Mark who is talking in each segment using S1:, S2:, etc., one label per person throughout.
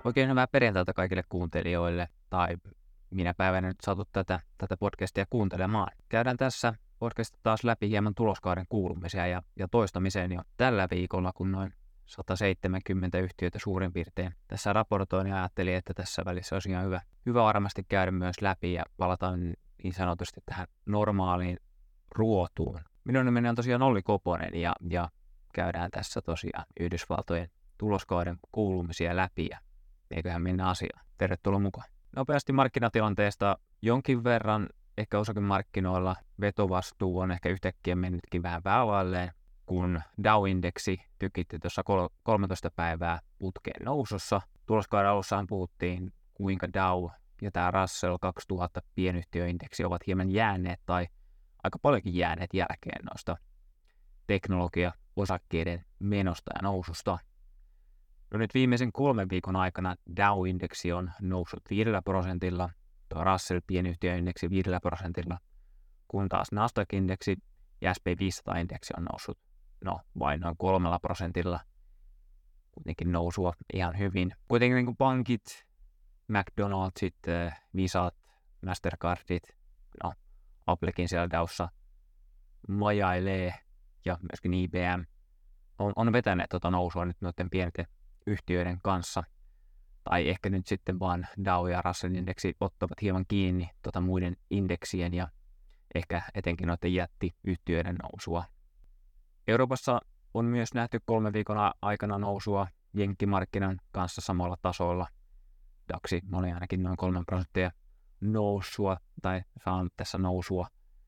S1: Oikein hyvää perjantaita kaikille kuuntelijoille, tai minä päivänä nyt satut tätä podcastia kuuntelemaan. Käydään tässä podcastissa taas läpi hieman tuloskauden kuulumisia ja toistamiseen jo tällä viikolla, kun noin 170 yhtiötä suurin piirtein tässä raportoin ja ajattelin, että tässä välissä olisi ihan hyvä varmasti käydä myös läpi ja palataan niin sanotusti tähän normaaliin ruotuun. Minun nimeni on tosiaan Olli Koponen ja käydään tässä tosiaan Yhdysvaltojen tuloskauden kuulumisia läpi ja eiköhän mennä asiaan. Tervetuloa mukaan. Nopeasti markkinatilanteesta jonkin verran, ehkä osakemarkkinoilla vetovastuu on ehkä yhtäkkiä mennytkin vähän päälailleen, kun Dow-indeksi tykitti tuossa 13 päivää putkeen nousussa. Tuloskauden alussahan puhuttiin, kuinka Dow ja tämä Russell 2000 pienyhtiöindeksi ovat hieman jääneet tai aika paljonkin jääneet jälkeen noista teknologia-osakkeiden menosta ja noususta. No nyt viimeisen 3 viikon aikana Dow-indeksi on noussut 5%, tuo Russell-pienyhtiöindeksi 5%, kun taas Nasdaq-indeksi ja S&P 500-indeksi on noussut vain noin 3%. Kuitenkin nousua ihan hyvin. Kuitenkin niin kuin pankit, McDonald'sit, Visat, Mastercardit, Applekin siellä Dowssa majailee ja myöskin IBM on vetäneet nousua nyt noiden pienten yhtiöiden kanssa, tai ehkä nyt sitten vaan Dow ja Russell-indeksi ottavat hieman kiinni muiden indeksien ja ehkä etenkin noiden jättiyhtiöiden nousua. Euroopassa on myös nähty 3 viikon aikana nousua jenkkimarkkinan kanssa samalla tasolla. DAXi oli ainakin noin 3% nousua tai saanut tässä nousua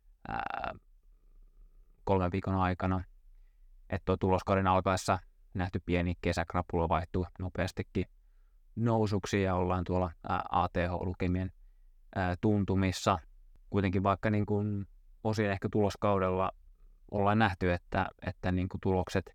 S1: 3 viikon aikana. Että tuo tuloskauden alkaessa nähty pieni kesäkrapula vaihtuu nopeastikin nousuksi ja ollaan tuolla ATH-lukemien tuntumissa. Kuitenkin vaikka niin kuin osin ehkä tuloskaudella ollaan nähty, että niin kuin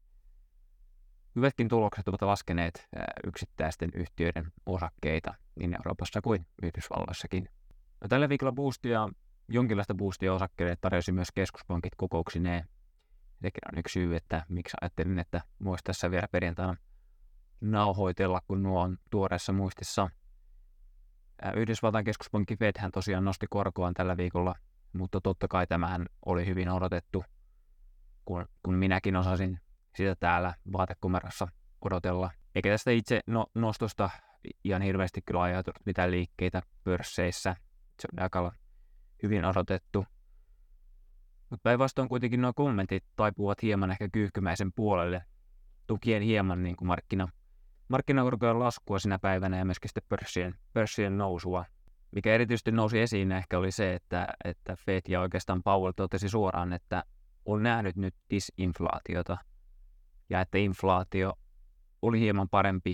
S1: hyvätkin tulokset ovat laskeneet yksittäisten yhtiöiden osakkeita niin Euroopassa kuin Yhdysvalloissakin. No, tällä viikolla jonkinlaista boostia osakkeille tarjosi myös keskuspankit kokouksineen. Sekin on yksi syy, että miksi ajattelin, että voisi tässä vielä perjantaina nauhoitella, kun nuo on tuoreessa muistissa. Yhdysvaltain keskuspankki Fedhän tosiaan nosti korkoaan tällä viikolla, mutta totta kai tämähän oli hyvin odotettu, kun minäkin osasin sitä täällä vaatekomerossa odotella. Eikä tästä itse nostosta ihan hirveästi kyllä ajatellut mitään liikkeitä pörsseissä. Se on aika hyvin odotettu. Mutta päinvastoin kuitenkin nuo kommentit taipuvat hieman ehkä kyyhkymäisen puolelle, tukien hieman niin kuin markkinakorkojen laskua sinä päivänä ja myöskin sitten pörssien nousua. Mikä erityisesti nousi esiin ehkä oli se, että Fed ja oikeastaan Powell totesi suoraan, että on nähnyt nyt disinflaatiota ja että inflaatio oli hieman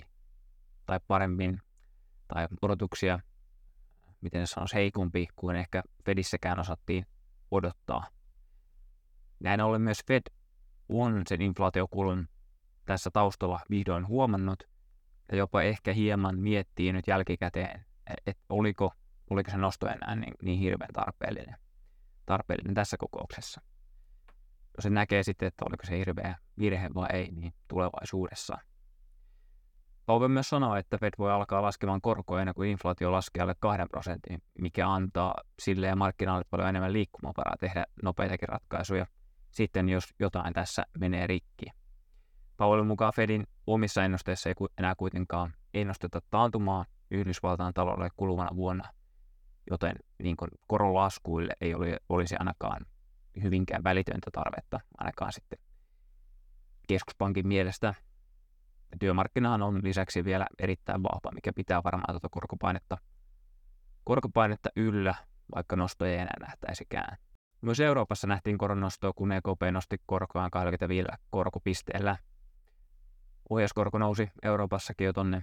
S1: paremmin tai odotuksia, miten se sanoisi, heikompi kuin ehkä Fedissäkään osattiin odottaa. Näin ollen myös Fed on sen inflaatiokulun tässä taustalla vihdoin huomannut ja jopa ehkä hieman miettii nyt jälkikäteen, että oliko se nosto enää niin hirveän tarpeellinen tässä kokouksessa. No se näkee sitten, että oliko se hirveä virhe vai ei, niin tulevaisuudessa. Powell myös sanoo, että Fed voi alkaa laskemaan korkoja ennen kuin inflaatio laskee alle 2%, mikä antaa sille ja markkinoille paljon enemmän liikkumavaraa tehdä nopeitakin ratkaisuja sitten, jos jotain tässä menee rikki. Powellin mukaan Fedin omissa ennusteissa ei enää kuitenkaan ennusteta taantumaa Yhdysvaltain taloudelle kuluvana vuonna, joten niin kuin koronlaskuille ei olisi ainakaan hyvinkään välitöntä tarvetta, ainakaan sitten keskuspankin mielestä. Työmarkkinahan on lisäksi vielä erittäin vahva, mikä pitää varmaan tuota korkopainetta yllä, vaikka nostoja ei enää nähtäisikään. Myös Euroopassa nähtiin koronnostoa, kun EKP nosti korkoaan 25 korkopisteellä. Ohjauskorko nousi Euroopassakin jo tonne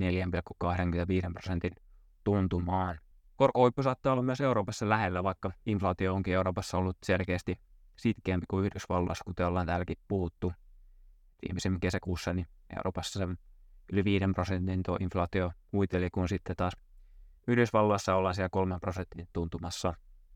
S1: 4,25% tuntumaan. Korkohuippu saattaa olla myös Euroopassa lähellä, vaikka inflaatio onkin Euroopassa ollut selkeästi sitkeämpi kuin Yhdysvalloissa, kuten ollaan täälläkin puhuttu. Viimeisen kesäkuussa niin Euroopassa se yli 5% tuo inflaatio huiteli, kun sitten taas Yhdysvalloissa ollaan siellä 3% tuntumassa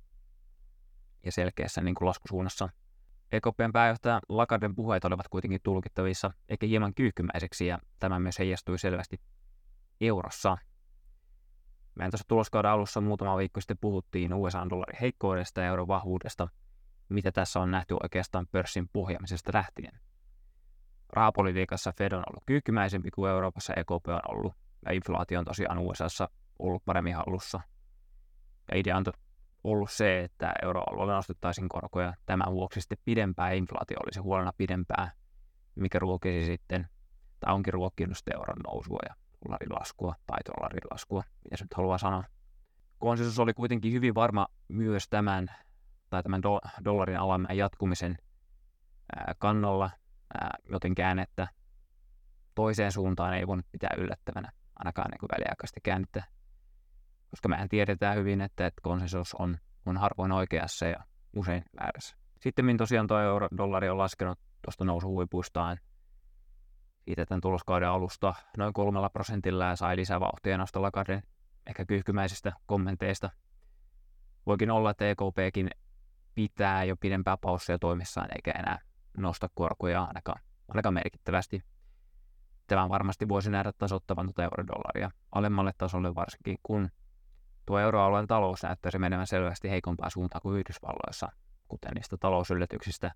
S1: ja selkeässä niin kuin laskusuunnassa. EKP:n pääjohtaja Lagarden puheet olivat kuitenkin tulkittavissa ehkä hieman kyyhkymäiseksi, ja tämä myös heijastui selvästi eurossa. Meidän tuossa tuloskauden alussa muutama viikko sitten puhuttiin USA-dollarin heikkoudesta ja euron vahvuudesta, mitä tässä on nähty oikeastaan pörssin puhjamisesta lähtien. Rahapolitiikassa Fed on ollut kyykkymäisempi kuin Euroopassa EKP on ollut, ja inflaatio on tosiaan USAssa ollut paremmin hallussa. Ja idea on ollut se, että euroalueella nostettaisiin korkoja tämän vuoksi sitten pidempään, ja inflaatio olisi huolena pidempään, mikä ruokisi sitten, tai onkin ruokkinut sitten euron nousua ja dollarin laskua tai dollarin laskua, mitä se nyt haluaa sanoa. Konsensus oli kuitenkin hyvin varma myös tämän dollarin alamäen jatkumisen kannalla, joten käännettä toiseen suuntaan ei voinut pitää yllättävänä, ainakaan niin kuin väliaikaisesti käännettä, koska mehän tiedetään hyvin, että konsensus on harvoin oikeassa ja usein väärässä. Sitten tosiaan tuo euro-dollari on laskenut tuosta nousuhuipuistaan siitä tämän tuloskauden alusta noin 3% ja sai lisävauhtia noista Lagarden ehkä kyyhkymäisistä kommenteista. Voikin olla, että EKPkin pitää jo pidempää paussia toimissaan eikä enää nosta korkoja ainakaan merkittävästi. Tämän varmasti voisi nähdä tasoittavan tuota eurodollaria alemmalle tasolle, varsinkin kun tuo euroalueen talous näyttäisi menevän selvästi heikompaan suuntaan kuin Yhdysvalloissa, kuten niistä talousyllätyksistä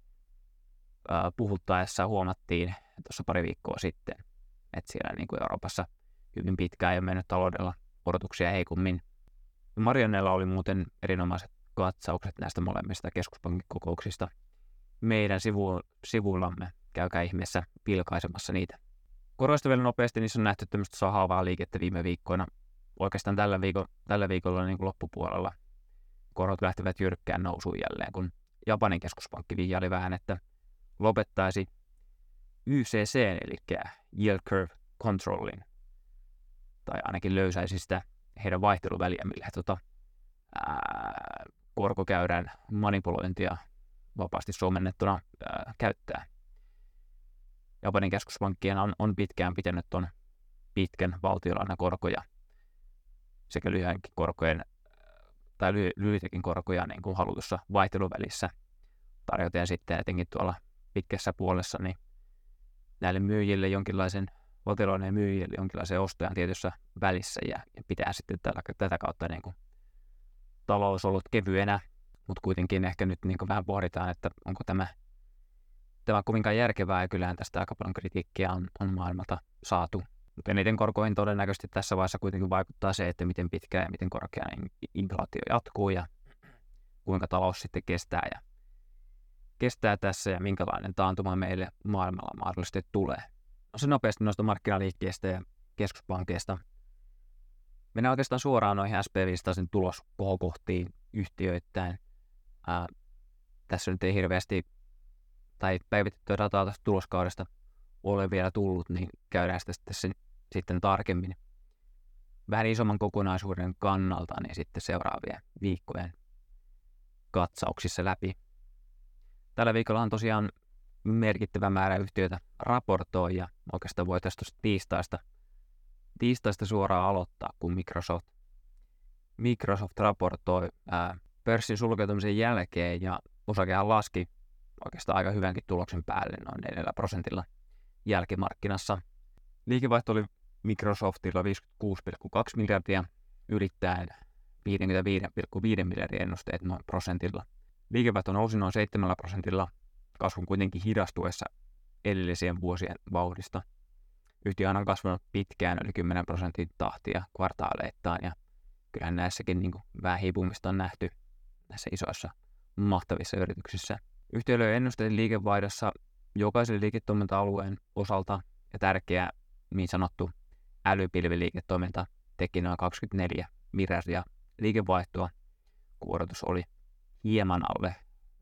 S1: puhuttaessa huomattiin tuossa pari viikkoa sitten, että siellä niin kuin Euroopassa hyvin pitkään ei ole mennyt taloudella odotuksia heikommin. Mariannella oli muuten erinomaiset katsaukset näistä molemmista keskuspankin kokouksista meidän sivuillamme. Käykää ihmeessä pilkaisemassa niitä. Koroista vielä nopeasti, niissä on nähty tämmöistä sahaavaa liikettä viime viikkoina. Oikeastaan tällä viikolla niin kuin loppupuolella korot lähtivät jyrkkään nousuun jälleen, kun Japanin keskuspankki vihjaili vähän, että lopettaisi YCC, eli Yield Curve Controlling, tai ainakin löysäisi sitä heidän vaihteluväliä, millä he korkokäyrän manipulointia vapaasti suomennettuna käyttää. Japanin keskuspankkien on pitkään pitänyt tuon pitkän valtiolainakorkoja sekä lyhyitäkin korkoja niin kuin halutussa vaihteluvälissä tarjoten sitten etenkin tuolla pitkässä puolessa niin näille myyjille valtiolainojen myyjille jonkinlaisen ostajan tietyssä välissä ja pitää sitten tätä kautta niin kuin talous ollut kevyenä, mutta kuitenkin ehkä nyt niin kuin vähän pohditaan, että onko tämä kovinkaan järkevää ja kyllähän tästä aika paljon kritiikkiä on maailmalta saatu. Mutta eniten korkoihin todennäköisesti tässä vaiheessa kuitenkin vaikuttaa se, että miten pitkään ja miten korkean inflaatio jatkuu ja kuinka talous sitten kestää tässä ja minkälainen taantuma meille maailmalla mahdollisesti tulee. No se nopeasti noista markkinaliikkeistä ja keskuspankeista. Mennään oikeastaan suoraan noihin SP500 tuloskohokohtiin yhtiöittäin. Tässä nyt ei hirveästi tai päivitettyä dataa tästä tuloskaudesta ole vielä tullut, niin käydään sitä sitten tarkemmin vähän isomman kokonaisuuden kannalta, niin sitten seuraavien viikkojen katsauksissa läpi. Tällä viikolla on tosiaan merkittävä määrä yhtiöitä raportoi ja oikeastaan voitaisiin tiistaista suoraan aloittaa, kun Microsoft raportoi pörssin sulkeutumisen jälkeen ja osakehan laski oikeastaan aika hyvänkin tuloksen päälle noin 4% jälkimarkkinassa. Liikevaihto oli Microsoftilla 56,2 miljardia ylittäen 55,5 miljardin ennusteet noin prosentilla. Liikevaihto nousi noin 7%, kasvun kuitenkin hidastuessa edellisien vuosien vauhdista. Yhtiö on kasvanut pitkään yli 10% tahtia kvartaaleittain ja kyllähän näissäkin niin kuin vähän hiipumista on nähty näissä isoissa mahtavissa yrityksissä. Yhtiö löi ennusteiden liikevaihdossa jokaisen liiketoiminta-alueen osalta ja tärkeä niin sanottu älypilviliiketoiminta teki noin 24 miljardia liikevaihtoa, kun odotus oli hieman alle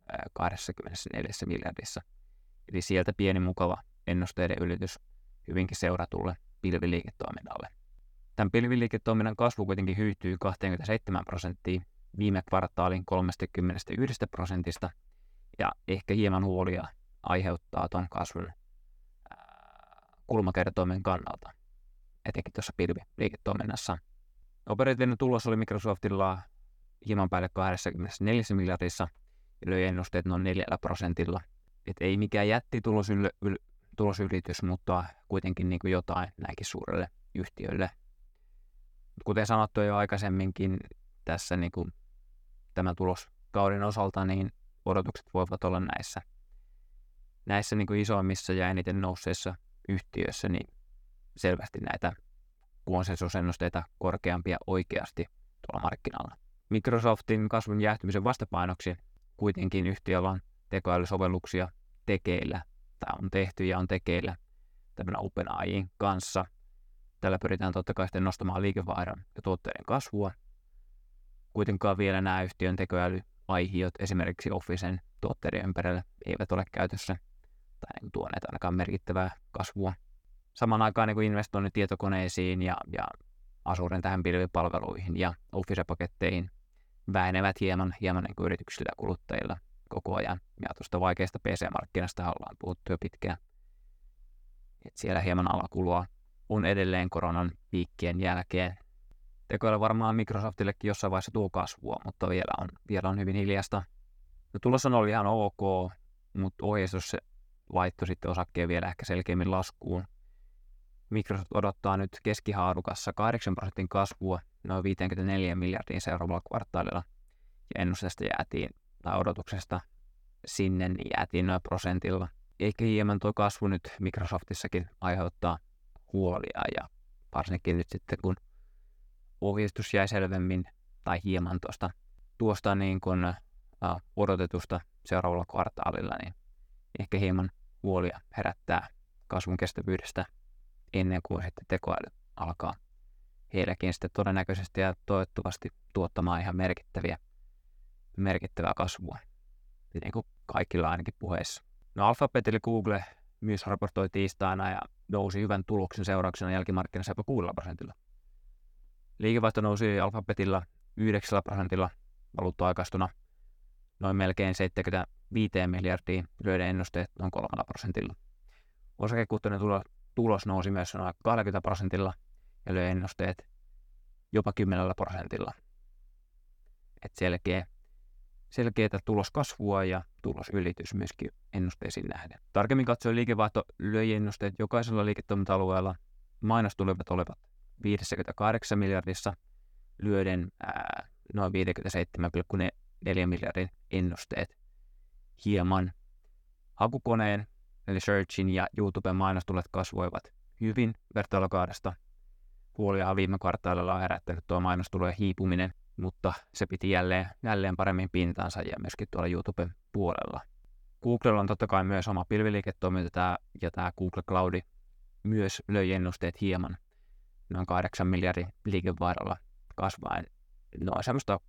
S1: 24 miljardissa. Eli sieltä pieni mukava ennusteiden ylitys hyvinkin seuratulle pilviliiketoiminnalle. Tämän pilviliiketoiminnan kasvu kuitenkin hyytyi 27% viime kvartaalin 31%, ja ehkä hieman huolia aiheuttaa tuon kasvun kulmakertoimen kannalta, etenkin tuossa pilviliiketoiminnassa. Operatiivinen tulos oli Microsoftilla hieman päälle 24 miljardissa ja löi ennusteet noin 4%. Et ei mikään jättitulosyritys, mutta kuitenkin niin kuin jotain näinkin suurelle yhtiölle. Kuten sanottu jo aikaisemminkin tässä niin kuin tämän tuloskauden osalta, niin odotukset voivat olla näissä niin kuin isoimmissa ja eniten nousseissa yhtiöissä niin selvästi näitä konsensusennusteita korkeampia oikeasti tuolla markkinalla. Microsoftin kasvun jäähtymisen vastapainoksi kuitenkin yhtiöllä on tekoälysovelluksia tekeillä, tai on tehty ja on tekeillä tämän OpenAIin kanssa. Tällä pyritään totta kai sitten nostamaan liikevaihdon ja tuotteiden kasvua. Kuitenkaan vielä nämä yhtiön tekoälyaihiot esimerkiksi Officen tuotteiden ympärillä eivät ole käytössä tai niin tuoneet ainakaan merkittävää kasvua. Samaan aikaan niin investoinnit tietokoneisiin ja Azuren tähän pilvipalveluihin ja Office-paketteihin vähenevät hieman niin kuin yrityksillä ja kuluttajilla koko ajan. Ja tuosta vaikeasta PC-markkinasta ollaan puhuttu jo pitkään. Et siellä hieman alakulua on edelleen koronan piikkien jälkeen. Tekoäly varmaan Microsoftillekin jossain vaiheessa tuo kasvua, mutta vielä on hyvin hiljasta. No, tulos on ollut ihan ok, mutta ohjeistus se laittoi sitten osakkeen vielä ehkä selkeämmin laskuun. Microsoft odottaa nyt keskihaarukassa 8% kasvua noin 54 miljardiin seuraavalla kvartaalilla. Ja ennusteesta tai odotuksesta sinne niin jäätiin noin prosentilla. Ehkä hieman tuo kasvu nyt Microsoftissakin aiheuttaa huolia ja varsinkin nyt sitten kun ohjeistus jäi selvemmin tai hieman tuosta niin kuin odotetusta seuraavalla kvartaalilla, niin ehkä hieman huolia herättää kasvun kestävyydestä ennen kuin sitten tekoäly alkaa heilläkin sitten todennäköisesti ja toivottavasti tuottamaan ihan merkittävää kasvua. Niin kuin kaikilla ainakin puheissa. No Alphabet eli Google myös raportoi tiistaina ja nousi hyvän tuloksen seurauksena jälkimarkkinassa jopa 6%. Liikevaihto nousi Alphabetilla 9%, valuutta-aikaistuna noin melkein 75 miljardiin, lyöden ennusteet noin 3%. Osakekuhtainen tulos nousi myös noin 20% ja löi ennusteet jopa 10%. Et selkeätä tuloskasvua ja tulosylitys myöskin ennusteisiin nähden. Tarkemmin katsoen liikevaihto löi ennusteet jokaisella liiketoiminta-alueella. Mainostulot olivat 58 miljardissa, lyöden noin 57,4 miljardin ennusteet hieman. Hakukoneen eli Searchin ja YouTuben mainostulot kasvoivat hyvin vertailukaudesta. Huoliahan viime kvartaalilla on herättänyt tuo mainostulojen hiipuminen, mutta se piti jälleen paremmin pintansa ja myöskin tuolla YouTuben puolella. Googlella on totta kai myös oma pilviliiketoiminta ja tämä Google Cloud myös löi ennusteet hieman noin 8 miljardin liikevaihdolla kasvaen noin semmoista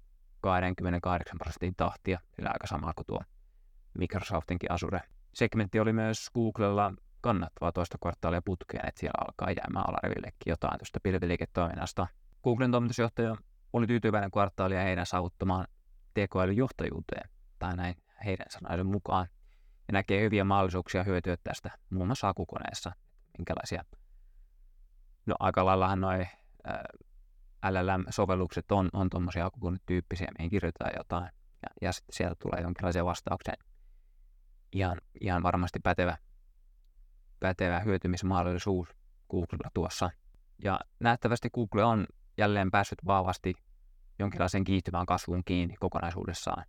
S1: 28% tahtia, eli aika sama kuin tuo Microsoftinkin Azure. Segmentti oli myös Googlella kannattavaa toista kvartaalia putkeen, että siellä alkaa jäämään alarivillekin jotain tuosta pilviliiketoiminnasta. Googlen toimitusjohtaja oli tyytyväinen kvartaalia heidän saavuttamaan tekoälyjohtajuuteen, tai näin heidän sanoiden mukaan, ja näkee hyviä mahdollisuuksia hyötyä tästä muun muassa hakukoneessa. Minkälaisia, no aika laillahan noi LLM-sovellukset on tuommoisia hakukonetyyppisiä, mihin kirjoitetaan jotain, ja sitten sieltä tulee jonkinlaisia vastauksia. Ihan varmasti pätevä hyötymismahdollisuus Googlella tuossa. Ja nähtävästi Google on jälleen päässyt vahvasti jonkinlaisen kiihtyvään kasvuun kiinni kokonaisuudessaan.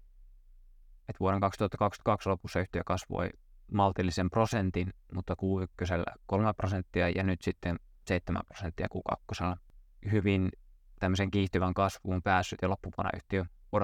S1: Et vuoden 2022 lopussa yhtiö kasvoi maltillisen prosentin, mutta Q1 3% ja nyt sitten 7% Q2. Hyvin tämmöisen kiihtyvän kasvuun päässyt ja loppuvuonna yhtiö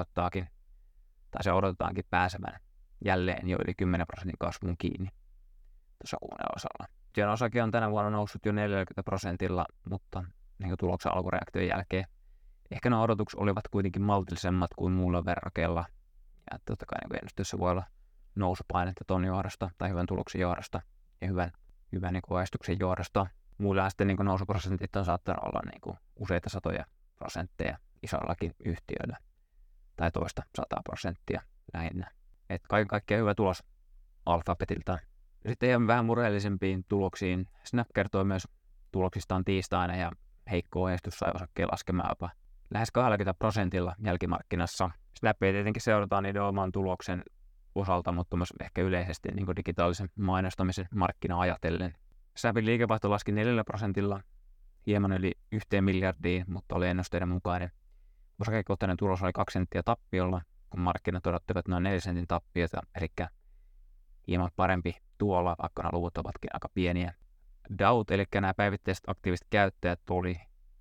S1: se odotetaankin pääsemään jälleen jo yli 10% kasvuun kiinni tuossa Q4. Yhtiön osake on tänä vuonna noussut jo 40%, mutta niin tuloksen alkureaktion jälkeen ehkä nuo odotukset olivat kuitenkin maltillisemmat kuin muulla verrakeella. Ja totta kai niin ennusteessa voi olla nousupainetta ton johdosta tai hyvän tuloksen johdosta ja hyvän niin aistuksen johdosta. Muilla sitten niin nousuprosentit on saattanut olla niin useita satoja prosentteja isollakin yhtiöillä tai toista 100% lähinnä. Et kaiken kaikkiaan hyvä tulos Alphabetilta. Sitten ihan vähän murheellisempiin tuloksiin. Snap kertoi myös tuloksistaan tiistaina ja heikko ohjeistus sai osakkeen laskemaan jopa lähes 20% jälkimarkkinassa. Snapia tietenkin seurataan niiden oman tuloksen osalta, mutta myös ehkä yleisesti niin kuin digitaalisen mainostamisen markkina ajatellen. Snapin liikevaihto laski 4% hieman yli 1 miljardiin, mutta oli ennusteiden mukainen. Osakekohtainen tulos oli 2 senttiä tappiolla, kun markkinat odottivat noin 4 sentin tappiota, eli hieman parempi tuolla, vaikka nämä luvut ovatkin aika pieniä. DAUt, eli nämä päivittäiset aktiiviset käyttäjät, oli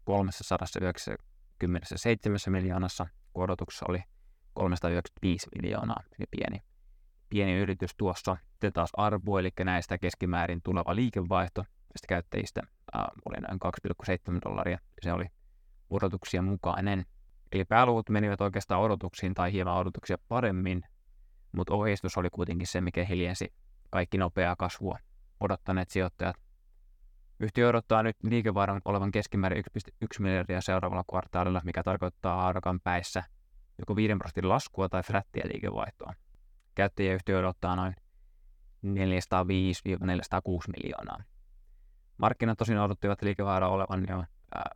S1: 397 miljoonassa, kun odotuksessa oli 395 miljoonaa, eli pieni yritys tuossa. Sitten taas arvo, eli näistä keskimäärin tuleva liikevaihto näistä käyttäjistä oli noin $2,7. Se oli odotuksia mukainen. Eli pääluvut menivät oikeastaan odotuksiin tai hieman odotuksia paremmin, mutta ohjeistus oli kuitenkin se, mikä hiljensi kaikki nopeaa kasvua odottaneet sijoittajat. Yhtiö odottaa nyt liikevaihdon olevan keskimäärin 1,1 miljardia seuraavalla kvartaalilla, mikä tarkoittaa haarakan päissä joko 5% laskua tai flättiä liikevaihtoa. Käyttäjien yhtiö odottaa noin 405-406 miljoonaa. Markkinat tosin odottivat liikevaihdon olevan jo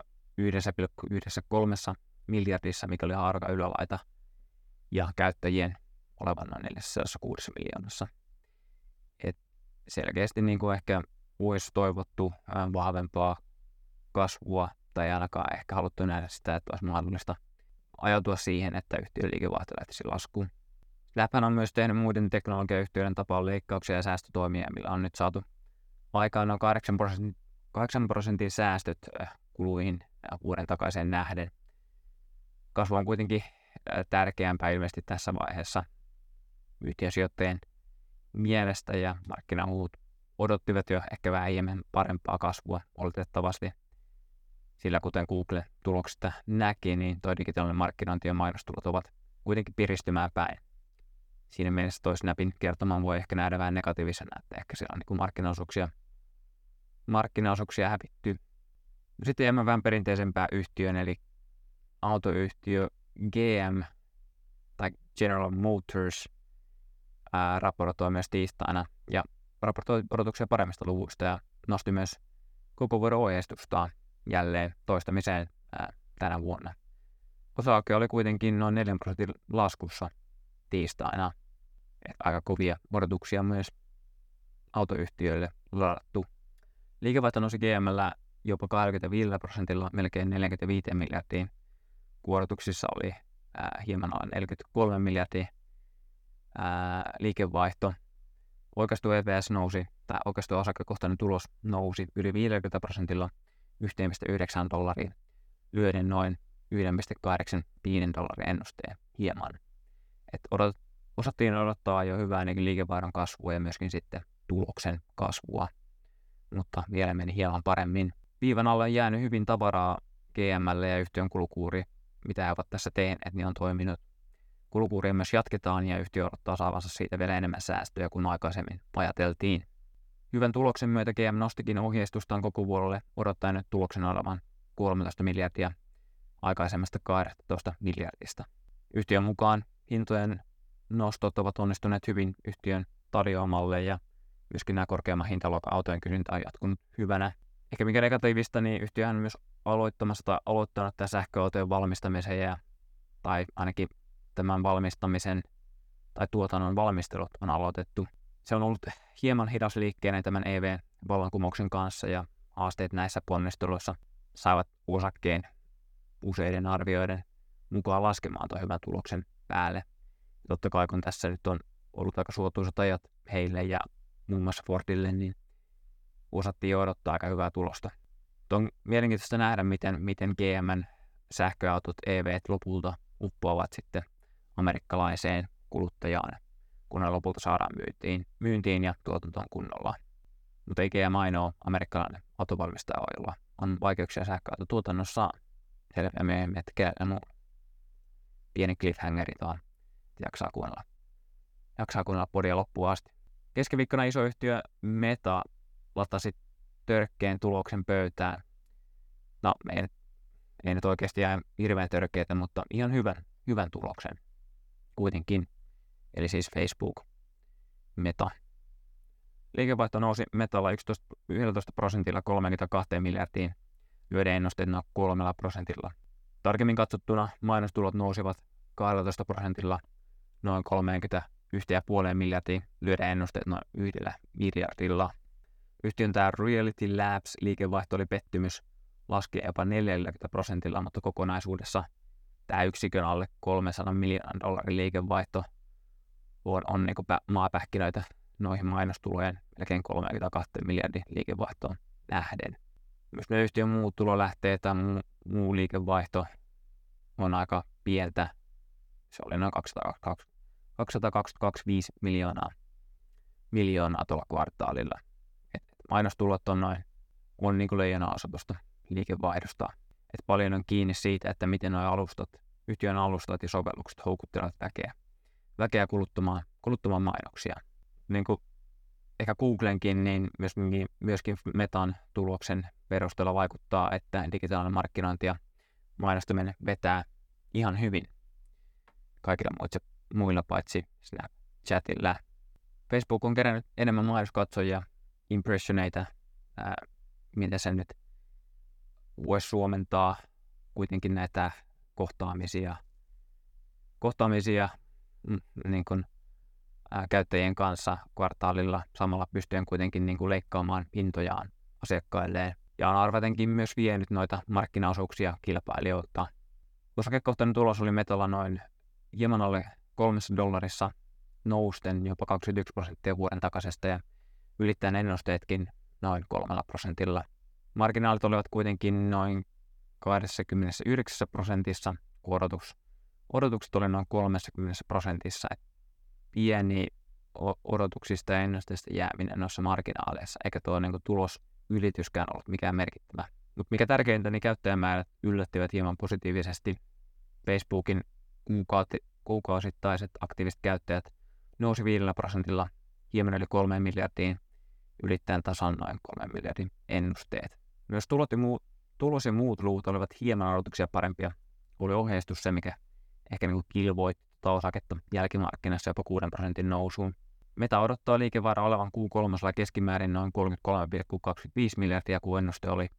S1: 1,13 miljardissa, mikä oli haarakan ylälaita, ja käyttäjien olevan noin 406 miljoonassa. Et selkeästi niin kuin ehkä olisi toivottu vahvempaa kasvua, tai ainakaan ehkä haluttu nähdä sitä, että olisi mahdollista ajautua siihen, että yhtiön liikevaihto lähtisi laskuun. Läpän on myös tehnyt muiden teknologiayhtiöiden tapaan leikkauksia ja säästötoimia, millä on nyt saatu aikaan noin 8% säästöt kuluihin vuoden takaiseen nähden. Kasvu on kuitenkin tärkeämpää ilmeisesti tässä vaiheessa yhtiösijoittajien mielestä, ja markkinahuut odottivat jo ehkä vähemmän parempaa kasvua oletettavasti, sillä kuten Google-tuloksista näki, niin tuo digitaalinen markkinointi ja mainostulot ovat kuitenkin piristymään päin. Siinä mielessä toi Snapin kertoman voi ehkä nähdä vähän negatiivisena, että ehkä siellä on niin markkinaosuuksia hävitty. Sitten jäämme vähän perinteisempään yhtiöön, eli autoyhtiö GM tai General Motors raportoi myös tiistaina ja raportoi odotuksia paremmista luvuista ja nosti myös koko vuoden ohjeistustaan jälleen toistamiseen tänä vuonna. Osake oli kuitenkin noin 4% laskussa tiistaina. Aika kovia odotuksia myös autoyhtiöille ladattu. Liikevaihto nousi GM:llä jopa 25%, melkein 45 miljardiin. Odotuksissa oli hieman alle 43 miljardia liikevaihto. Oikaistu EPS nousi, tai oikaistu osakekohtainen tulos nousi yli 50% $1,9 lyöden noin $1,85 ennusteen hieman. Osattiin odottaa jo hyvää liikevaihdon kasvua ja myöskin sitten tuloksen kasvua, mutta vielä meni hieman paremmin. Viivan alle on jäänyt hyvin tavaraa GM:lle ja yhtiön kulukuuri, mitä he ovat tässä tehneet, niin on toiminut. Kulukuuria myös jatketaan ja yhtiö odottaa saavansa siitä vielä enemmän säästöjä kuin aikaisemmin ajateltiin. Hyvän tuloksen myötä GM nostikin ohjeistustaan koko vuodelle odottaen nyt tuloksen olevan 13 miljardia aikaisemmasta 12 miljardista. Yhtiön mukaan hintojen nostot ovat onnistuneet hyvin yhtiön tarjoamalle ja myöskin nämä korkeamman hintaluokan autojen kysyntä on jatkunut hyvänä. Ehkä mikä negatiivista, niin yhtiö on myös aloittanut tämän sähköautojen valmistamisen tai ainakin tämän valmistamisen tai tuotannon valmistelut on aloitettu. Se on ollut hieman hidasliikkeinen tämän EV-vallankumouksen kanssa ja haasteet näissä ponnisteluissa saivat osakkeen useiden arvioiden mukaan laskemaan tuon hyvän tuloksen päälle. Totta kai kun tässä nyt on ollut aika suotuisat ajat heille ja muun muassa Fordille, niin osattiin odottaa aika hyvää tulosta. On mielenkiintoista nähdä, miten GM:n sähköautot EVt lopulta uppoavat sitten amerikkalaiseen kuluttajaan, kun ne lopulta saadaan myyntiin ja tuotantoon kunnolla. Mutta ei GM ainoa amerikkalainen autovalmistaja, jolla on vaikeuksia sähköautotuotannossa. Selviää myöhemmin, että kenellä muu. Pieni cliffhangeri vaan. Jaksaa kuunnella podia loppuun asti. Keskiviikkona iso yhtiö Meta latasi törkkeen tuloksen pöytään. No, ei nyt oikeasti jää hirveän törkeitä, mutta ihan hyvän tuloksen kuitenkin. Eli siis Facebook, Meta. Liikevaihto nousi Metalla 11% 32 miljardiin, lyöden ennusteet noin 3%. Tarkemmin katsottuna mainostulot nousivat 12% noin 31,5 miljardiin, lyöden ennusteet noin 1 miljardilla. Yhtiön tämä Reality Labs liikevaihto oli pettymys laski jopa 40%, mutta kokonaisuudessa tämä yksikön alle 300 miljoonan dollarin liikevaihto on niin kuin maapähkinöitä noihin mainostulojen melkein 32 miljardin liikevaihtoon nähden. Myös ne yhtiön muut tulolähteet tai muu liikevaihto on aika pientä. Se oli noin 225 miljoonaa tuolla kvartaalilla. Mainostulot on niin kuin leijona-osa tuosta liikevaihdosta. Et paljon on kiinni siitä, että miten nuo yhtiön alustat ja sovellukset houkuttelevat väkeä kuluttamaan mainoksia. Niin kuin ehkä Googlenkin, niin myöskin Metan tuloksen perusteella vaikuttaa, että digitaalinen markkinointi ja mainostaminen vetää ihan hyvin kaikilla muilla paitsi Snapchatilla. Facebook on kerännyt enemmän mainoskatsojia, impressioneita, miten se nyt voisi suomentaa kuitenkin näitä kohtaamisia niin kuin, käyttäjien kanssa kvartaalilla samalla pystyen kuitenkin niin kuin leikkaamaan pintojaan asiakkailleen ja on arvatenkin myös vienyt noita markkinaosuuksia kilpailijoilta. Osakekohtainen tulos oli Metalla noin hieman alle $3 nousten jopa 21% vuoden takaisesta ja ylittäen ennusteetkin noin 3%. Marginaalit olivat kuitenkin noin 29%, kun odotukset oli noin 30%. Pieni odotuksista ja ennusteista jääminen noissa marginaaleissa, eikä tuo niin kuin tulosylityskään ollut mikään merkittävä. Mutta mikä tärkeintä, niin käyttäjämäärät yllättivät hieman positiivisesti. Facebookin kuukausittaiset aktiiviset käyttäjät nousi 5%, hieman yli 3 miljardiin, ylittäen tasan noin 3 miljardin ennusteet. Myös tulos ja muut luvut olivat hieman odotuksia parempia. Oli ohjeistus se, mikä ehkä niin kilvoitti osaketta jälkimarkkinassa jopa 6% nousuun. Meta odottaa liikevaihdon olevan Q3 keskimäärin noin 33,25 miljardia, kun ennuste oli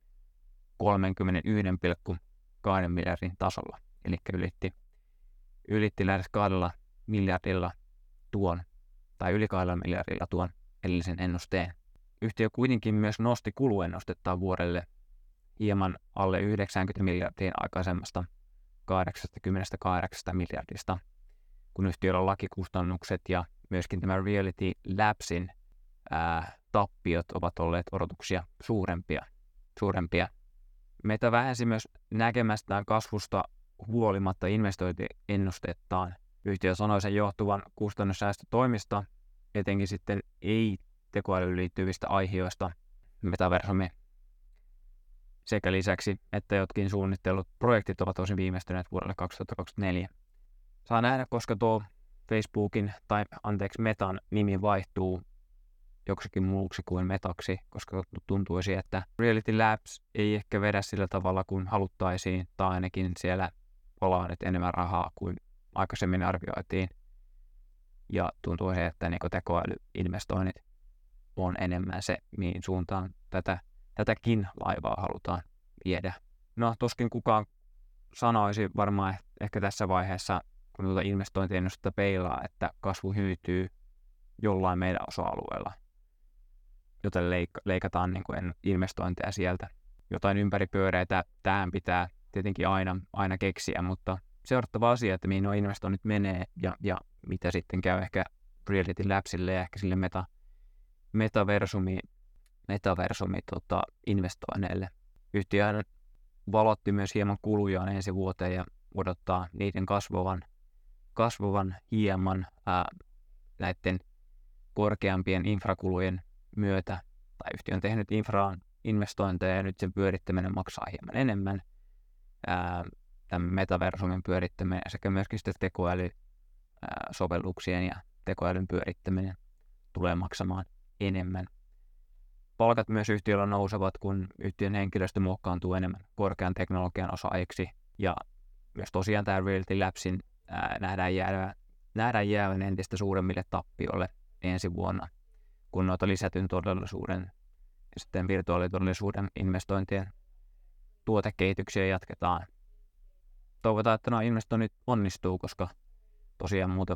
S1: 31,2 miljardin tasolla. Eli ylitti lähes 2 miljardilla yli 2 miljardilla tuon edellisen ennusteen. Yhtiö kuitenkin myös nosti kuluennustettaan vuodelle hieman alle 90 miljardiin aikaisemmasta 88 miljardista, kun yhtiöllä lakikustannukset ja myöskin tämä Reality Labsin tappiot ovat olleet odotuksia suurempia. Meta vähensi myös näkemästään kasvusta huolimatta investointiennustettaan. Yhtiö sanoi sen johtuvan kustannussäästötoimista, etenkin sitten ei-tekoälyyn liittyvistä aiheista metaversumi sekä lisäksi, että jotkin suunnittelut projektit ovat osin viimeistyneet vuodelle 2024. Saa nähdä, koska tuo Metan nimi vaihtuu joksikin muuksi kuin Metaksi, koska tuntuisi, että Reality Labs ei ehkä vedä sillä tavalla kuin haluttaisiin, tai ainakin siellä palaa nyt enemmän rahaa kuin aikaisemmin arvioitiin. Ja tuntuu se, että niin tekoälyinvestoinnit on enemmän se, mihin suuntaan tätäkin laivaa halutaan viedä. No, tuskin kukaan sanoisi varmaan ehkä tässä vaiheessa, kun tuota investointiennustetta peilaa, että kasvu hyytyy jollain meidän osa-alueella, joten leikataan niin kuin investointeja sieltä. Jotain ympäripyöreitä tähän pitää tietenkin aina keksiä, mutta seurattava asia, että mihin nuo investoinnit menee ja mitä sitten käy ehkä Reality Labsille ja ehkä sille metaversumi investoinneille. Yhtiö valotti myös hieman kulujaan ensi vuoteen ja odottaa niiden kasvavan hieman näiden korkeampien infrakulujen myötä. Tai yhtiö on tehnyt infraan investointeja ja nyt sen pyörittäminen maksaa hieman enemmän. Tämän metaversumin pyörittäminen sekä myöskin sitten tekoälysovelluksien ja tekoälyn pyörittäminen tulee maksamaan enemmän. Palkat myös yhtiöllä nousevat, kun yhtiön henkilöstö muokkaantuu enemmän korkean teknologian osaajiksi. Ja myös tosiaan tämä Reality Labsin nähdään jäävän entistä suuremmille tappioille ensi vuonna, kun noita lisätyn todellisuuden ja sitten virtuaalitodellisuuden investointien tuotekehityksiä jatketaan. Toivotaan, että nuo investoinnit onnistuu, koska tosiaan muuten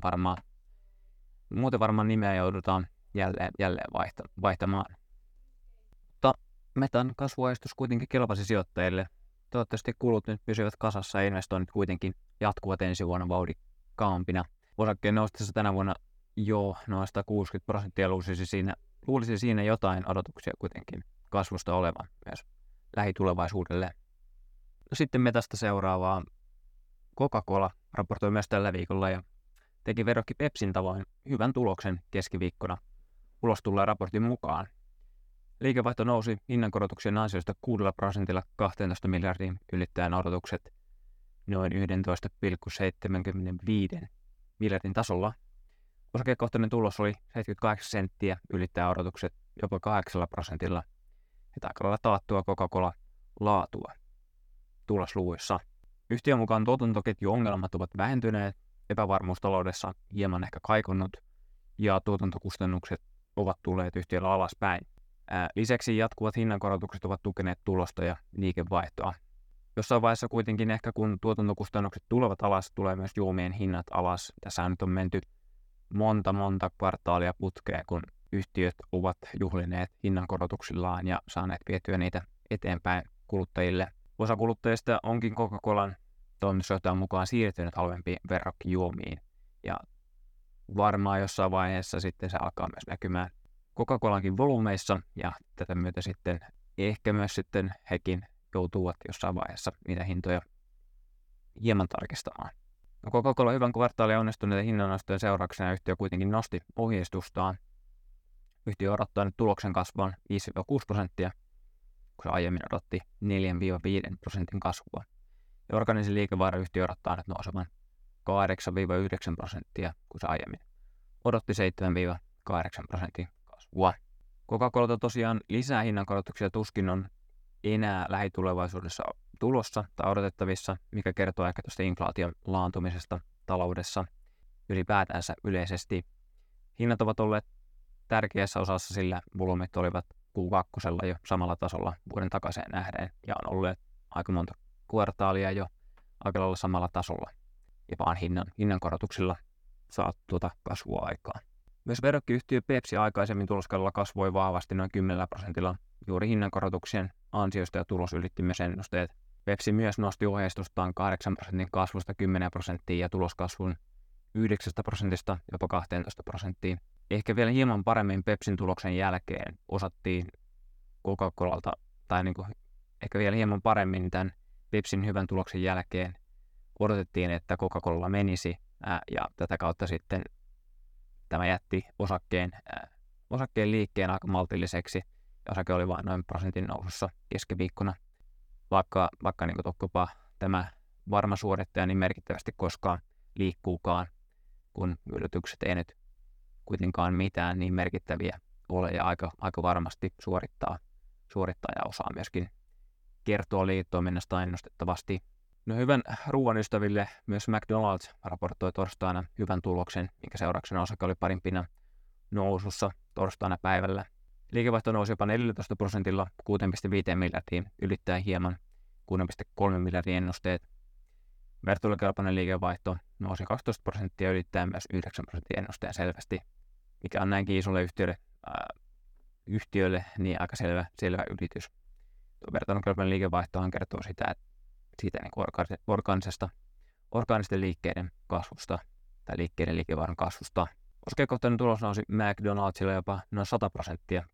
S1: varmaan nimeä joudutaan jälleen vaihtamaan. Mutta Metan kasvuaistus kuitenkin kelpasi sijoittajille. Toivottavasti kulut nyt pysyvät kasassa ja investoinnit kuitenkin jatkuvat ensi vuonna vauhdikkaampina. Osakkeen noustessa tänä vuonna jo noin 160% luulisi siinä jotain odotuksia kuitenkin kasvusta olevan myös lähitulevaisuudelle. No sitten Metasta seuraavaa. Coca-Cola raportoi myös tällä viikolla ja teki verrokki Pepsin tavoin hyvän tuloksen keskiviikkona ulos tulleen raportin mukaan. Liikevaihto nousi hinnankorotuksien ansiosta 6% 12 miljardiin ylittäen odotukset noin 11,75 miljardin tasolla. Osakekohtainen tulos oli 78 senttiä ylittää odotukset jopa 8% ja aika lailla taattua Coca-Cola-laatua tulosluvuissa. Yhtiön mukaan tuotantoketjuongelmat ovat vähentyneet, epävarmuus taloudessa hieman ehkä kaikonnut ja tuotantokustannukset ovat tulleet yhtiöllä alaspäin. Lisäksi jatkuvat hinnankorotukset ovat tukeneet tulosta ja liikevaihtoa. Jossain vaiheessa kuitenkin ehkä kun tuotantokustannukset tulevat alas, tulee myös juomien hinnat alas. Tässä nyt on menty monta kvartaalia putkeen, kun yhtiöt ovat juhlineet hinnankorotuksillaan ja saaneet vietyä niitä eteenpäin kuluttajille. Osa kuluttajista onkin Coca-Colan toimitusjohtajan mukaan siirtynyt halvempiin verrokkijuomiin ja varmaan jossain vaiheessa sitten se alkaa myös näkymään Coca-Colankin volyymeissa ja tätä myötä sitten ehkä myös sitten hekin joutuvat jossain vaiheessa niitä hintoja hieman tarkistamaan. No Coca-Cola hyvän kvartaalin onnistuneiden hinnannostojen seurauksena yhtiö kuitenkin nosti ohjeistustaan. Yhtiö odottaa nyt tuloksen kasvavan 5-6%, kun se aiemmin odotti 4-5% kasvua. Ja organisen liikevaihdon yhtiö odottaa nyt nousevan 8-9%, kun se aiemmin odotti 7-8% kasvua. Coca-Colalta tosiaan lisää hinnankorotuksia tuskin on enää lähitulevaisuudessa tulossa tai odotettavissa, mikä kertoo ehkä tuosta inflaation laantumisesta taloudessa ylipäätänsä yleisesti. Hinnat ovat olleet tärkeässä osassa, sillä volyymit olivat Q2 jo samalla tasolla vuoden takaisin nähden ja on ollut aika monta kvartaalia jo aika lailla samalla tasolla ja vaan hinnankorotuksilla saatu tuota kasvua aikaan. Myös verrokkiyhtiö Pepsi aikaisemmin tuloskaudella kasvoi vahvasti noin 10% juuri hinnankorotuksien ansiosta ja tulos ylitti myös ennusteet. Pepsi myös nosti ohjeistustaan 8% kasvusta 10% ja tuloskasvun 9% jopa 12%. Ehkä vielä hieman paremmin Pepsin tuloksen jälkeen osattiin Coca-Colalta, tai ehkä vielä hieman paremmin tämän Pepsin hyvän tuloksen jälkeen odotettiin, että Coca-Cola menisi ja tätä kautta sitten tämä jätti osakkeen liikkeen aika maltilliseksi ja osake oli vain noin prosentin nousussa keskiviikkona, vaikka tokkopa tämä varma suorittaja niin merkittävästi koskaan liikkuukaan, kun yllätykset ei nyt kuitenkaan mitään niin merkittäviä ole ja aika varmasti suorittaja osaa myöskin kertoa liiketoiminnasta ennustettavasti. No hyvän ruoan ystäville myös McDonald's raportoi torstaina hyvän tuloksen, minkä seurauksena osake oli parin pinnan nousussa torstaina päivällä. Liikevaihto nousi jopa 14% 6,5 miljardiin, ylittäen hieman 6,3 miljardin ennusteet. Vertailukelpoinen liikevaihto nousi 12% ylittäen myös 9% ennusteen selvästi, mikä on näinkin isolle yhtiölle niin aika selvä ylitys. Vertailukelpoinen liikevaihtohan kertoo siitä orgaanisten liikkeiden kasvusta tai liikkeiden liikevaihdon kasvusta. Osakekohtainen tulos nousi McDonaldsilla jopa noin 100%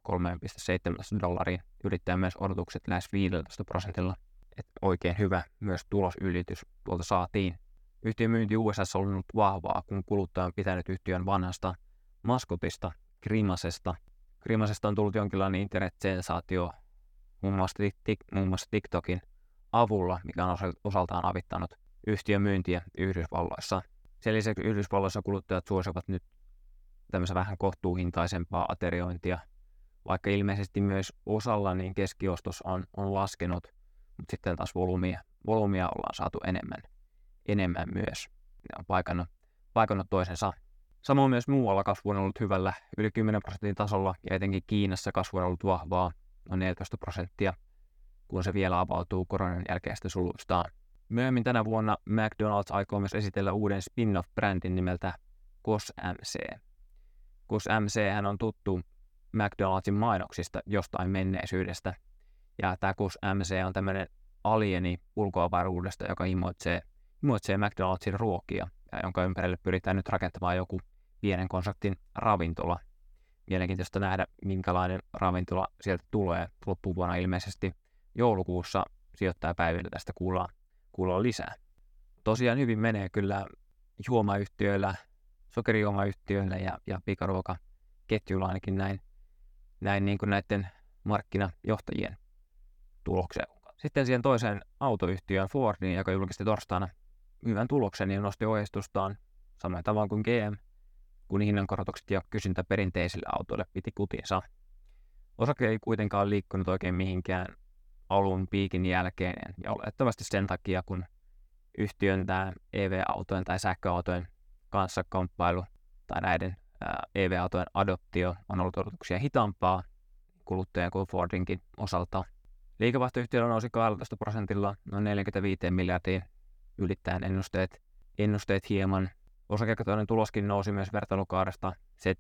S1: $3.7 ylittäen myös odotukset lähes 15%. Että oikein hyvä myös tulosylitys tuolta saatiin. Yhtiön myynti USA:ssa on ollut vahvaa, kun kuluttaja on pitänyt yhtiön vanhasta maskotista, Grimasesta. Grimasesta on tullut jonkinlainen internet-sensaatio muun muassa TikTokin avulla, mikä on osaltaan avittanut yhtiön myyntiä Yhdysvalloissa. Sen lisäksi Yhdysvalloissa kuluttajat suosivat nyt tämmöistä vähän kohtuuhintaisempaa ateriointia, vaikka ilmeisesti myös osalla niin keskiostos on laskenut, mutta sitten taas volyymia ollaan saatu enemmän myös. Ne on paikannut toisensa. Samoin myös muualla kasvu on ollut hyvällä yli 10% tasolla ja etenkin Kiinassa kasvu on ollut vahvaa noin 14%, kun se vielä avautuu koronan jälkeistä suluistaan. Myöhemmin tänä vuonna McDonald's aikoo myös esitellä uuden spin-off-brändin nimeltä COS MC. COS MC on tuttu McDonald'sin mainoksista jostain menneisyydestä. Ja tämä QSMC on tämmöinen alieni ulkoavaruudesta, joka imoitsee McDonald'sin ruokia, ja jonka ympärille pyritään nyt rakentamaan joku pienen konseptin ravintola. Mielenkiintoista nähdä, minkälainen ravintola sieltä tulee loppuvuonna ilmeisesti joulukuussa sijoittajapäivillä tästä kuullaan lisää. Tosiaan hyvin menee kyllä juomayhtiöillä, sokerijuomayhtiöillä ja pikaruokaketjuilla ainakin näin niin kuin näiden markkinajohtajien tulokseen. Sitten siihen toiseen autoyhtiöön Fordiin, joka julkisti torstaina hyvän tuloksen ja nosti ohjeistustaan samalla tavalla kuin GM, kun hinnankorotukset ja kysyntä perinteisille autoille piti kutinsa. Osake ei kuitenkaan liikkunut oikein mihinkään alun piikin jälkeen, ja olettavasti sen takia, kun yhtiön tämä EV-autojen tai sähköautojen kanssa kamppailu tai näiden EV-autojen adoptio on ollut odotuksia hitaampaa kuluttajien kuin Fordinkin osalta. Liikevaihtoyhtiöllä nousi 12% noin 45 miljardiin ylittäen ennusteet hieman. Osakekohtainen tuloskin nousi myös vertailukaudesta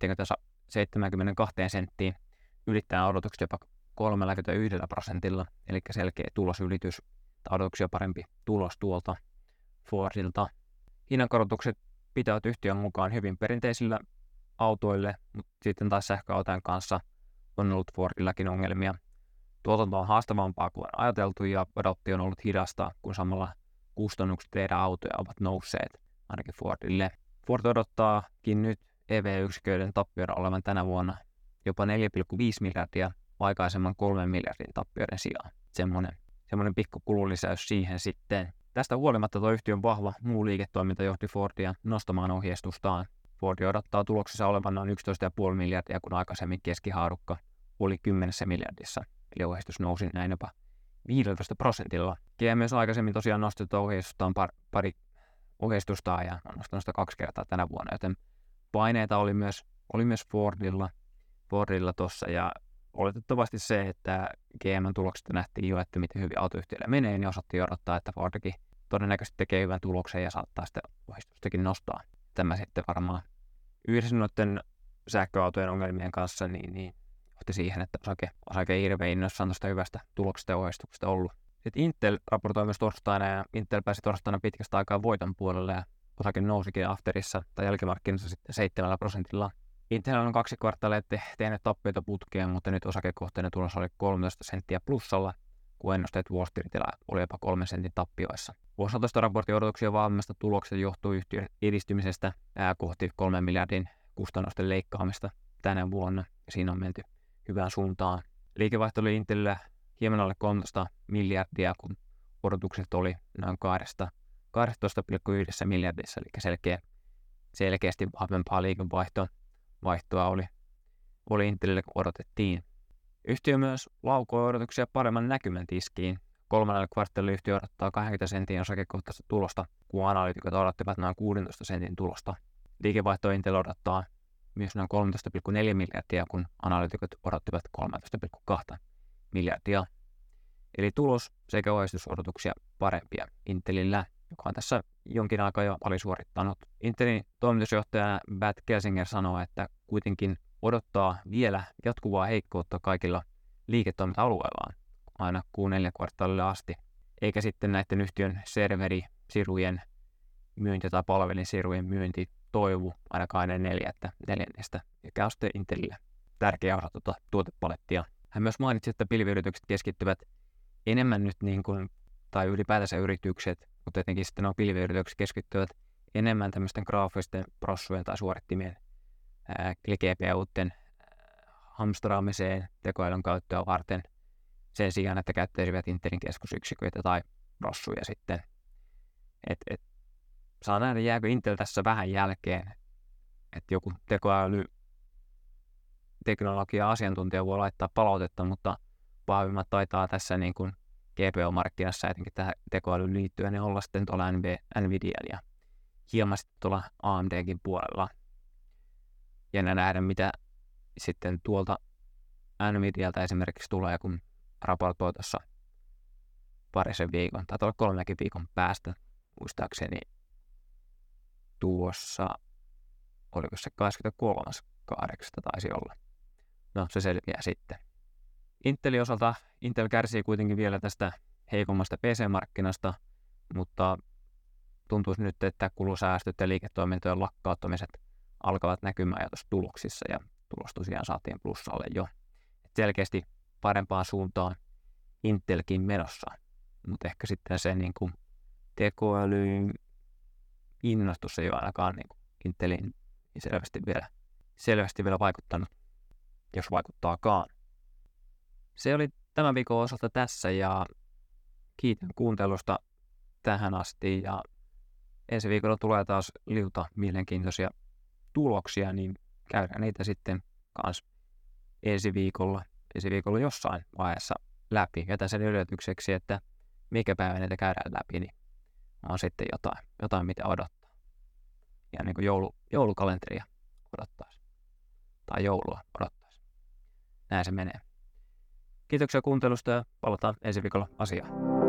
S1: 72 senttiin ylittäen odotukset jopa 31%, eli selkeä tulosylitys tai odotuksia parempi tulos tuolta Fordilta. Hinnankorotukset pitävät yhtiön mukaan hyvin perinteisillä autoille, mutta sitten taas sähköautojen kanssa on ollut Fordillakin ongelmia. Tuotanto on haastavampaa kuin ajateltu ja adoptio on ollut hidasta, kun samalla kustannukset tehdä autoja ovat nousseet, ainakin Fordille. Ford odottaakin nyt EV-yksiköiden tappioiden olevan tänä vuonna jopa 4,5 miljardia aikaisemman 3 miljardin tappioiden sijaan. Semmoinen pikku kululisäys siihen sitten. Tästä huolimatta tuo yhtiön vahva muu liiketoiminta johti Fordia nostamaan ohjeistustaan. Ford odottaa tuloksessa olevan noin 11,5 miljardia, kun aikaisemmin keskihaarukka oli 10 miljardissa. Eli ohjeistus nousi näin jopa 15%. GM myös aikaisemmin tosiaan nosti ohjeistustaan pari ohjeistustaan ja on nostanut sitä 2 kertaa tänä vuonna, joten paineita oli myös Fordilla tuossa ja oletettavasti se, että GM:n tuloksesta nähtiin jo, että miten hyvin autoyhtiöille menee, niin osattiin odottaa, että Fordikin todennäköisesti tekee hyvän tuloksen ja saattaa sitä ohjeistustakin nostaa. Tämä sitten varmaan yhdessä noiden sähköautojen ongelmien kanssa niin johti siihen, että osake ei hirveän innoissaan tuosta hyvästä tuloksesta ja ohjeistuksesta ollut. Sitten Intel raportoi myös torstaina ja Intel pääsi torstaina pitkästä aikaa voiton puolelle ja osake nousikin afterissa tai jälkimarkkinoissa sitten 7%. Intel on 2 kvartaalia tehnyt tappioita putkeen, mutta nyt osakekohtainen tulos oli 13 senttiä plussalla, kun ennusteet Wall Streetillä oli jopa 3 sentin tappioissa. Vuosituloraportin odotuksia vahvemmasta tuloksesta johtuu yhtiön edistymisestä kohti 3 miljardin kustannusten leikkaamista tänä vuonna. Siinä on menty hyvään suuntaan. Liikevaihto oli Intelillä hieman alle 13 miljardia, kun odotukset oli noin 12,1 miljardissa, eli selkeästi vahvempaa liikevaihtoa oli Intelille kuin odotettiin. Yhtiö myös laukoi odotuksia paremman näkymän tiskiin. 3. kvartaalilla yhtiö odottaa 20 sentin osakekohtaista tulosta, kun analyytikot odottivat noin 16 sentin tulosta. Liikevaihto Intel odottaa myös noin 13,4 miljardia, kun analyytikot odottivat 13,2 miljardia. Eli tulos sekä ohjeistusodotuksia parempia Intelillä, joka on tässä jonkin aikaa jo alisuorittanut. Intelin toimitusjohtaja Pat Gelsinger sanoo, että kuitenkin odottaa vielä jatkuvaa heikkoutta kaikilla liiketoiminta-alueillaan aina Q4 kvartaalille asti, eikä sitten näiden yhtiön serverisirujen myynti tai palvelinsirujen myynti toivu ainakaan ennen neljännestä, mikä on sitten Intelille tärkeä osa tuotepalettia. Hän myös mainitsi, että pilviyritykset keskittyvät enemmän nyt tai ylipäätänsä yritykset, mutta etenkin sitten nuo pilviyritykset keskittyvät enemmän tämmöisten graafisten prossujen tai suorittimien GPU:ten hamstraamiseen tekoälyn käyttöä varten sen sijaan, että käyttäisivät Intelin keskusyksiköitä tai prossuja sitten. Saa nähdä, jääkö Intel tässä vähän jälkeen, että joku tekoälyteknologia-asiantuntija voi laittaa palautetta, mutta vahvimmat taitaa tässä niin kuin GPU-markkinassa etenkin tähän tekoälyyn liittyen niin olla sitten tuolla Nvidian ja hieman sitten tuolla AMDkin puolella. Jännä nähdä, mitä sitten tuolta Nvidialta esimerkiksi tulee, kun raportoi tuossa parisen viikon, tai tuolla 3 viikon päästä, muistaakseni tuossa, oliko se 23.8. taisi olla. No, se selviää sitten. Intelin osalta Intel kärsii kuitenkin vielä tästä heikommasta PC-markkinasta, mutta tuntuisi nyt, että kulusäästöt ja liiketoimintojen lakkauttamiset alkavat näkymään jo tuossa tuloksissa, ja tulos tosiaan saatiin plussalle jo. Selkeästi parempaan suuntaan Intelkin menossa, mutta ehkä sitten se niin kuin tekoälyn innostus ei ole ainakaan niin kuin Intelin selvästi vielä vaikuttanut, jos vaikuttaakaan. Se oli tämän viikon osalta tässä, ja kiitän kuuntelusta tähän asti, ja ensi viikolla tulee taas liuta mielenkiintoisia tuloksia, niin käydään niitä sitten kanssa ensi viikolla jossain vaiheessa läpi. Jätän sen yllätykseksi, että mikä päivä niitä käydään läpi, niin on sitten jotain mitä odottaa. Ja niin kuin joulukalenteria odottaisi. Tai joulua odottaisi. Näin se menee. Kiitoksia kuuntelusta ja palataan ensi viikolla asiaan.